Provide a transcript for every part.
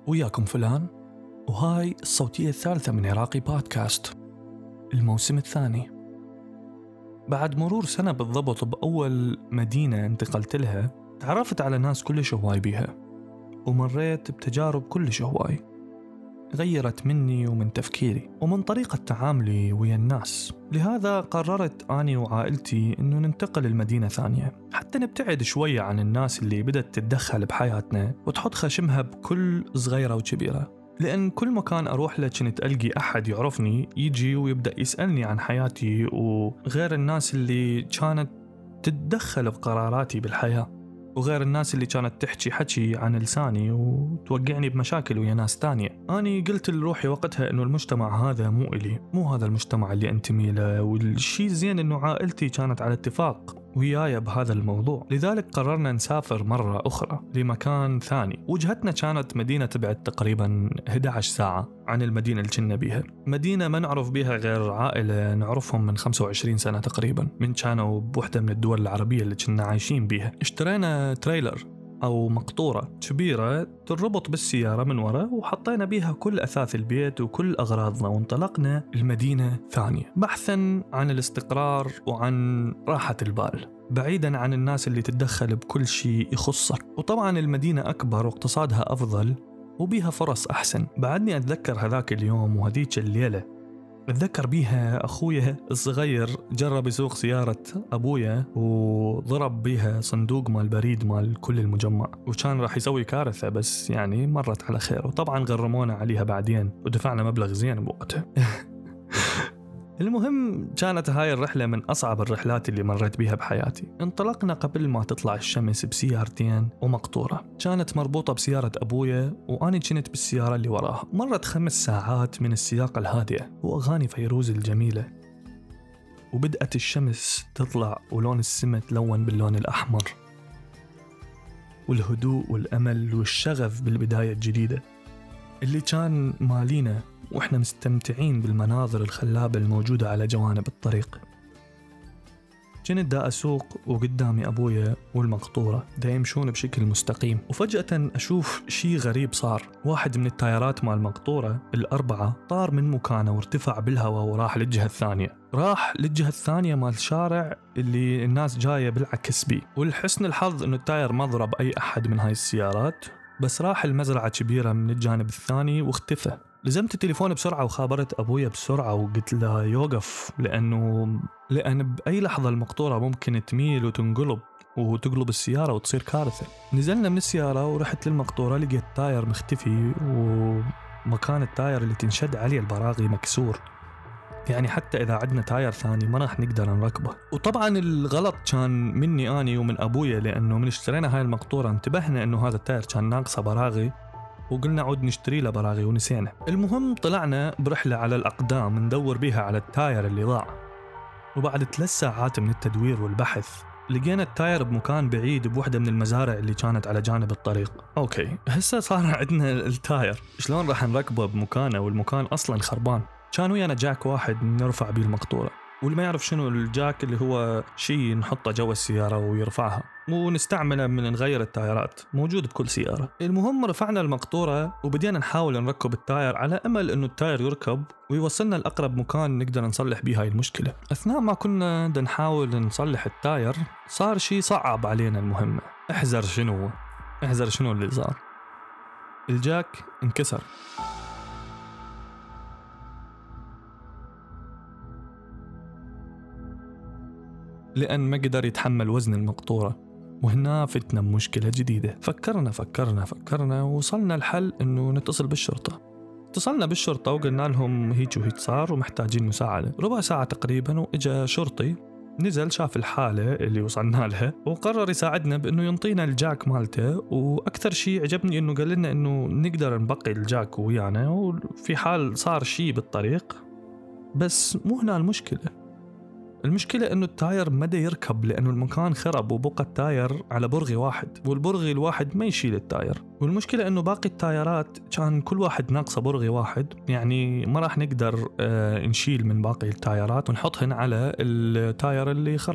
وياكم فلان، وهاي الصوتية الثالثة من عراقي بودكاست الموسم الثاني. بعد مرور سنة بالضبط بأول مدينة انتقلت لها، تعرفت على ناس كلش هواي بيها، ومريت بتجارب كلش هواي غيرت مني ومن تفكيري ومن طريقة تعاملي ويا الناس. لهذا قررت أني وعائلتي أنه ننتقل لمدينة ثانية حتى نبتعد شوية عن الناس اللي بدأت تتدخل بحياتنا وتحط خشمها بكل صغيرة وكبيرة. لأن كل مكان أروح له كنت ألقي أحد يعرفني يجي ويبدأ يسألني عن حياتي، وغير الناس اللي كانت تتدخل بقراراتي بالحياة، وغير الناس اللي كانت تحكي حكي عن لساني وتوقعني بمشاكل ويا ناس تانية. أني قلت لروحي وقتها إنه المجتمع هذا مو إلي، مو هذا المجتمع اللي أنتمي له. والشيء زين إنه عائلتي كانت على اتفاق وياي بهذا الموضوع، لذلك قررنا نسافر مرة أخرى لمكان ثاني. وجهتنا كانت مدينة تبعد تقريبا 11 ساعة عن المدينة اللي كنا بيها، مدينة ما نعرف بيها غير عائلة نعرفهم من 25 سنة تقريبا، من كانوا بوحدة من الدول العربية اللي كنا عايشين بيها. اشترينا تريلر أو مقطورة كبيرة تربط بالسيارة من وراء، وحطينا بيها كل أثاث البيت وكل أغراضنا، وانطلقنا المدينة ثانية بحثاً عن الاستقرار وعن راحة البال، بعيداً عن الناس اللي تتدخل بكل شيء يخصك. وطبعاً المدينة أكبر واقتصادها أفضل وبيها فرص أحسن. بعدني أتذكر هذاك اليوم وهذيك الليلة، أتذكر بيها أخويا الصغير جرب يسوق سيارة أبويا وضرب بيها صندوق مال بريد مال كل المجمع، وكان راح يسوي كارثة، بس يعني مرت على خير. وطبعا غرمونا عليها بعدين ودفعنا مبلغ زين بوقتها. المهم كانت هاي الرحلة من أصعب الرحلات اللي مريت بيها بحياتي. انطلقنا قبل ما تطلع الشمس بسيارتين ومقطورة كانت مربوطة بسيارة أبويا، وأنا كنت بالسيارة اللي وراها. مرت 5 ساعات من السياقة الهادئة وأغاني فيروز الجميلة، وبدأت الشمس تطلع ولون السماء تلون باللون الأحمر، والهدوء والأمل والشغف بالبداية الجديدة اللي كان مالينا، وإحنا مستمتعين بالمناظر الخلابة الموجودة على جوانب الطريق. كنت دا أسوق وقدامي أبويا والمقطورة دا يمشون بشكل مستقيم، وفجأة أشوف شيء غريب صار. واحد من التايرات مال المقطورة ال4 طار من مكانه وارتفع بالهواء وراح للجهة الثانية، راح للجهة الثانية مال الشارع اللي الناس جاية بالعكس بي. والحسن الحظ إنه التاير ما ضرب أي أحد من هاي السيارات، بس راح المزرعة كبيرة من الجانب الثاني واختفى. لزمت التليفون بسرعة وخابرت أبويا بسرعة وقلت له يوقف، لأن بأي لحظة المقطورة ممكن تميل وتنقلب وتقلب السيارة وتصير كارثة. نزلنا من السيارة ورحت للمقطورة، لقيت التاير مختفي، ومكان التاير اللي تنشد عليه البراغي مكسور، يعني حتى إذا عدنا تاير ثاني ما راح نقدر نركبه. وطبعا الغلط كان مني أنا ومن أبويا، لأنه من اشترينا هاي المقطورة انتبهنا أنه هذا التاير كان ناقصه براغي، وقلنا عود نشتري له براغي ونسينا. المهم طلعنا برحلة على الأقدام ندور بيها على التاير اللي ضاع، وبعد 3 ساعات من التدوير والبحث لقينا التاير بمكان بعيد بوحدة من المزارع اللي كانت على جانب الطريق. أوكي، هسه صار عندنا التاير، شلون راح نركبه بمكانه والمكان أصلاً خربان؟ كان ويانا جاك واحد نرفع بيه المقطورة، واللي ما يعرف شنو الجاك اللي هو شيء نحطه جوا السيارة ويرفعها ونستعمله من نغير التايرات، موجود بكل سيارة. المهم رفعنا المقطورة وبدينا نحاول نركب التاير على أمل إنه التاير يركب ويوصلنا لأقرب مكان نقدر نصلح بيه هاي المشكلة. أثناء ما كنا نحاول نصلح التاير صار شيء صعب علينا المهمة. احذر شنو اللي صار. الجاك انكسر، لأن ما قدر يتحمل وزن المقطورة. وهنا فتنا بمشكلة جديدة. فكرنا ووصلنا الحل إنه نتصل بالشرطة. اتصلنا بالشرطة وقلنا لهم هيك وهيك صار ومحتاجين مساعدة. ربع ساعة تقريبا وإجا شرطي، نزل شاف الحالة اللي وصلنا لها وقرر يساعدنا بأنه ينطينا الجاك مالته. وأكثر شيء عجبني إنه قال لنا إنه نقدر نبقي الجاك ويانا وفي حال صار شيء بالطريق. بس مو هنا المشكلة إنه التاير مدى يركب، لأنه المكان خرب وبقى التاير على برغي واحد، والبرغي الواحد ما يشيل التاير. والمشكلة إنه باقي التايرات كان كل واحد ناقصه برغي واحد، يعني ما راح نقدر نشيل من باقي التايرات ونحطهن على التاير اللي خرب.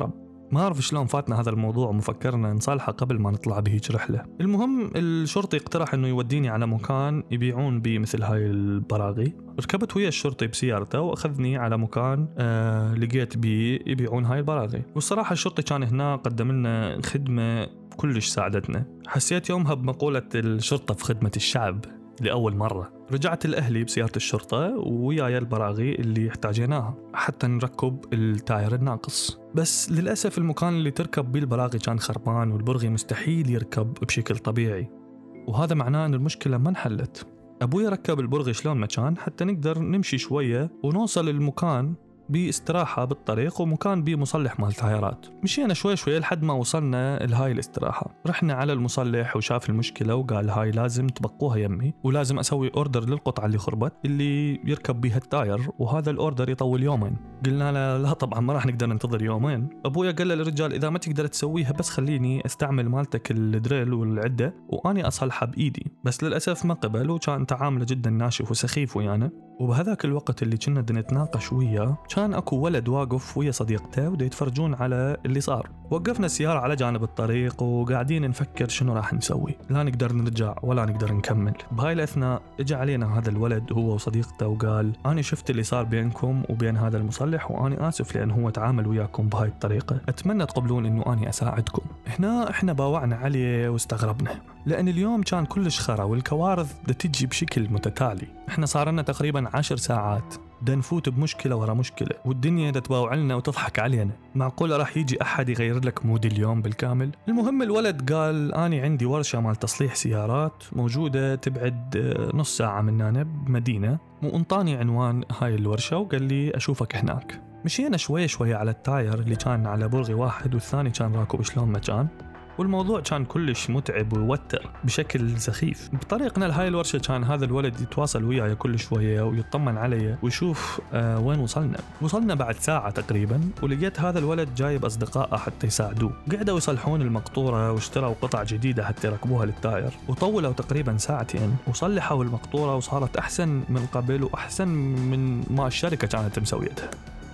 ما أعرف شلون فاتنا هذا الموضوع ومفكرنا نصالحه قبل ما نطلع بهيج رحلة. المهم الشرطي اقترح إنه يوديني على مكان يبيعون بيه مثل هاي البراغي. ركبت ويا الشرطي بسيارته وأخذني على مكان لقيت بيه يبيعون هاي البراغي. والصراحة الشرطي كان هنا قدم لنا خدمة كلش ساعدتنا. حسيت يومها بمقولة الشرطة في خدمة الشعب لأول مرة. رجعت لأهلي بسيارة الشرطة وياي البراغي اللي احتاجيناها حتى نركب التاير الناقص. بس للأسف المكان اللي تركب بيه البراغي كان خربان والبرغي مستحيل يركب بشكل طبيعي، وهذا معناه أن المشكلة ما انحلت. أبوي ركب البرغي شلون ما كان حتى نقدر نمشي شوية ونوصل المكان باستراحة بالطريق ومكان بمصلح مال تايرات. مشينا شوي شوي لحد ما وصلنا لهاي الاستراحة. رحنا على المصلح وشاف المشكلة وقال هاي لازم تبقوها يمي ولازم أسوي أوردر للقطعة اللي خربت اللي يركب بيها التاير، وهذا الأوردر يطول يومين. قلنا له لا طبعا ما راح نقدر ننتظر يومين. أبويا قال للرجال إذا ما تقدر تسويها بس خليني أستعمل مالتك الدريل والعدة وأني أصلحها بإيدي. بس للأسف ما قبل وكان تعامله جدا ناشف وسخيف ويانا. وبهذاك الوقت اللي كنا نتناقش وياه كان اكو ولد واقف ويا صديقته ودا يتفرجون على اللي صار. وقفنا السيارة على جانب الطريق وقاعدين نفكر شنو راح نسوي، لا نقدر نرجع ولا نقدر نكمل. بهاي الأثناء اجى علينا هذا الولد هو وصديقته وقال أنا شفت اللي صار بينكم وبين هذا المصلح وأنا آسف لأن هو تعامل وياكم بهاي الطريقة، أتمنى تقبلون إنه أنا أساعدكم. هنا إحنا باوعنا عليه واستغربنا لأن اليوم كان كلش خرا والكوارث دا تجي بشكل متتالي. إحنا صار لنا تقريبا 10 ساعات دا نفوت بمشكلة ورا مشكلة والدنيا دا تباوع لنا وتضحك علينا. معقولة راح يجي أحد يغير لك مود اليوم بالكامل؟ المهم الولد قال أنا عندي ورشة مال تصليح سيارات موجودة تبعد نص ساعة مننا بمدينة، وانطاني عنوان هاي الورشة وقال لي أشوفك هناك. مشينا شوي شوي على التاير اللي كان على برغي واحد والثاني كان راكب شلون ما كان، والموضوع كان كلش متعب ويوتر بشكل سخيف. بطريقنا لهاي الورشة كان هذا الولد يتواصل وياي كل شوية ويطمن علي ويشوف وين وصلنا بعد ساعة تقريبا، ولقيت هذا الولد جايب أصدقائه حتى يساعدوه. قعدوا يصلحون المقطورة واشتروا قطع جديدة حتى يركبوها للتاير، وطولوا تقريبا ساعتين وصلحوا المقطورة وصارت أحسن من قبل وأحسن من ما الشركة كانت مسويتها.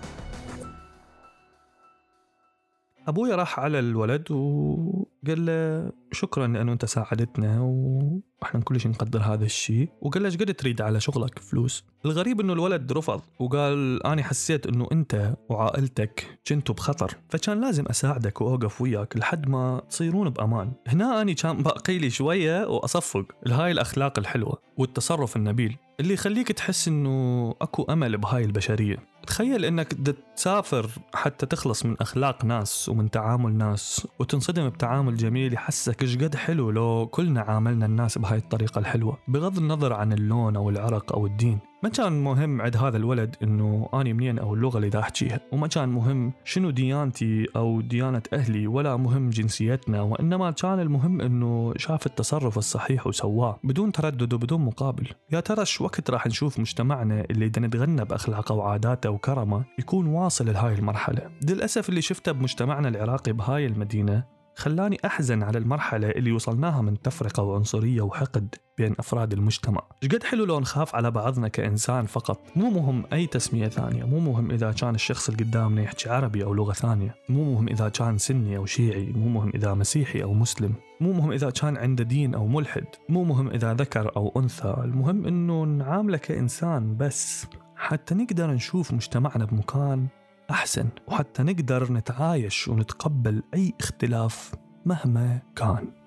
أبوي راح على الولد وقال له شكرا لأنه أنت ساعدتنا وإحنا كلش نقدر هذا الشيء، وقال له إيش قد تريد على شغلك فلوس. الغريب إنه الولد رفض وقال أنا حسيت إنه أنت وعائلتك كنتوا بخطر فكان لازم أساعدك وأوقف وياك لحد ما تصيرون بأمان. هنا أنا كان باقي لي شوية وأصفق لهاي الأخلاق الحلوة والتصرف النبيل اللي يخليك تحس إنه أكو أمل بهاي البشرية. تخيل إنك تسافر حتى تخلص من أخلاق ناس ومن تعامل ناس وتنصدم بتعامل جميل يحسك إيش قد حلو لو كلنا عاملنا الناس بهاي الطريقة الحلوة بغض النظر عن اللون أو العرق أو الدين. ما كان مهم عند هذا الولد إنه أنا منين أو اللغة اللي دا أحكيها، وما كان مهم شنو ديانتي أو ديانة أهلي، ولا مهم جنسيتنا، وإنما كان المهم إنه شاف التصرف الصحيح وسواه بدون تردد وبدون مقابل. يا ترى شو وقت راح نشوف مجتمعنا اللي دا نتغنى بأخلاقه وعاداته وكرمه يكون واصل لهاي المرحلة؟ للأسف اللي شفته بمجتمعنا العراقي بهاي المدينة خلاني أحزن على المرحلة اللي وصلناها من تفرقة وعنصرية وحقد بين أفراد المجتمع. قد حلو لو نخاف على بعضنا كإنسان فقط، مو مهم أي تسمية ثانية، مو مهم إذا كان الشخص اللي قدامنا يحكي عربي أو لغة ثانية، مو مهم إذا كان سني أو شيعي، مو مهم إذا مسيحي أو مسلم، مو مهم إذا كان عنده دين أو ملحد، مو مهم إذا ذكر أو أنثى. المهم إنه نعامله كإنسان بس حتى نقدر نشوف مجتمعنا بمكان أحسن، وحتى نقدر نتعايش ونتقبل أي اختلاف مهما كان.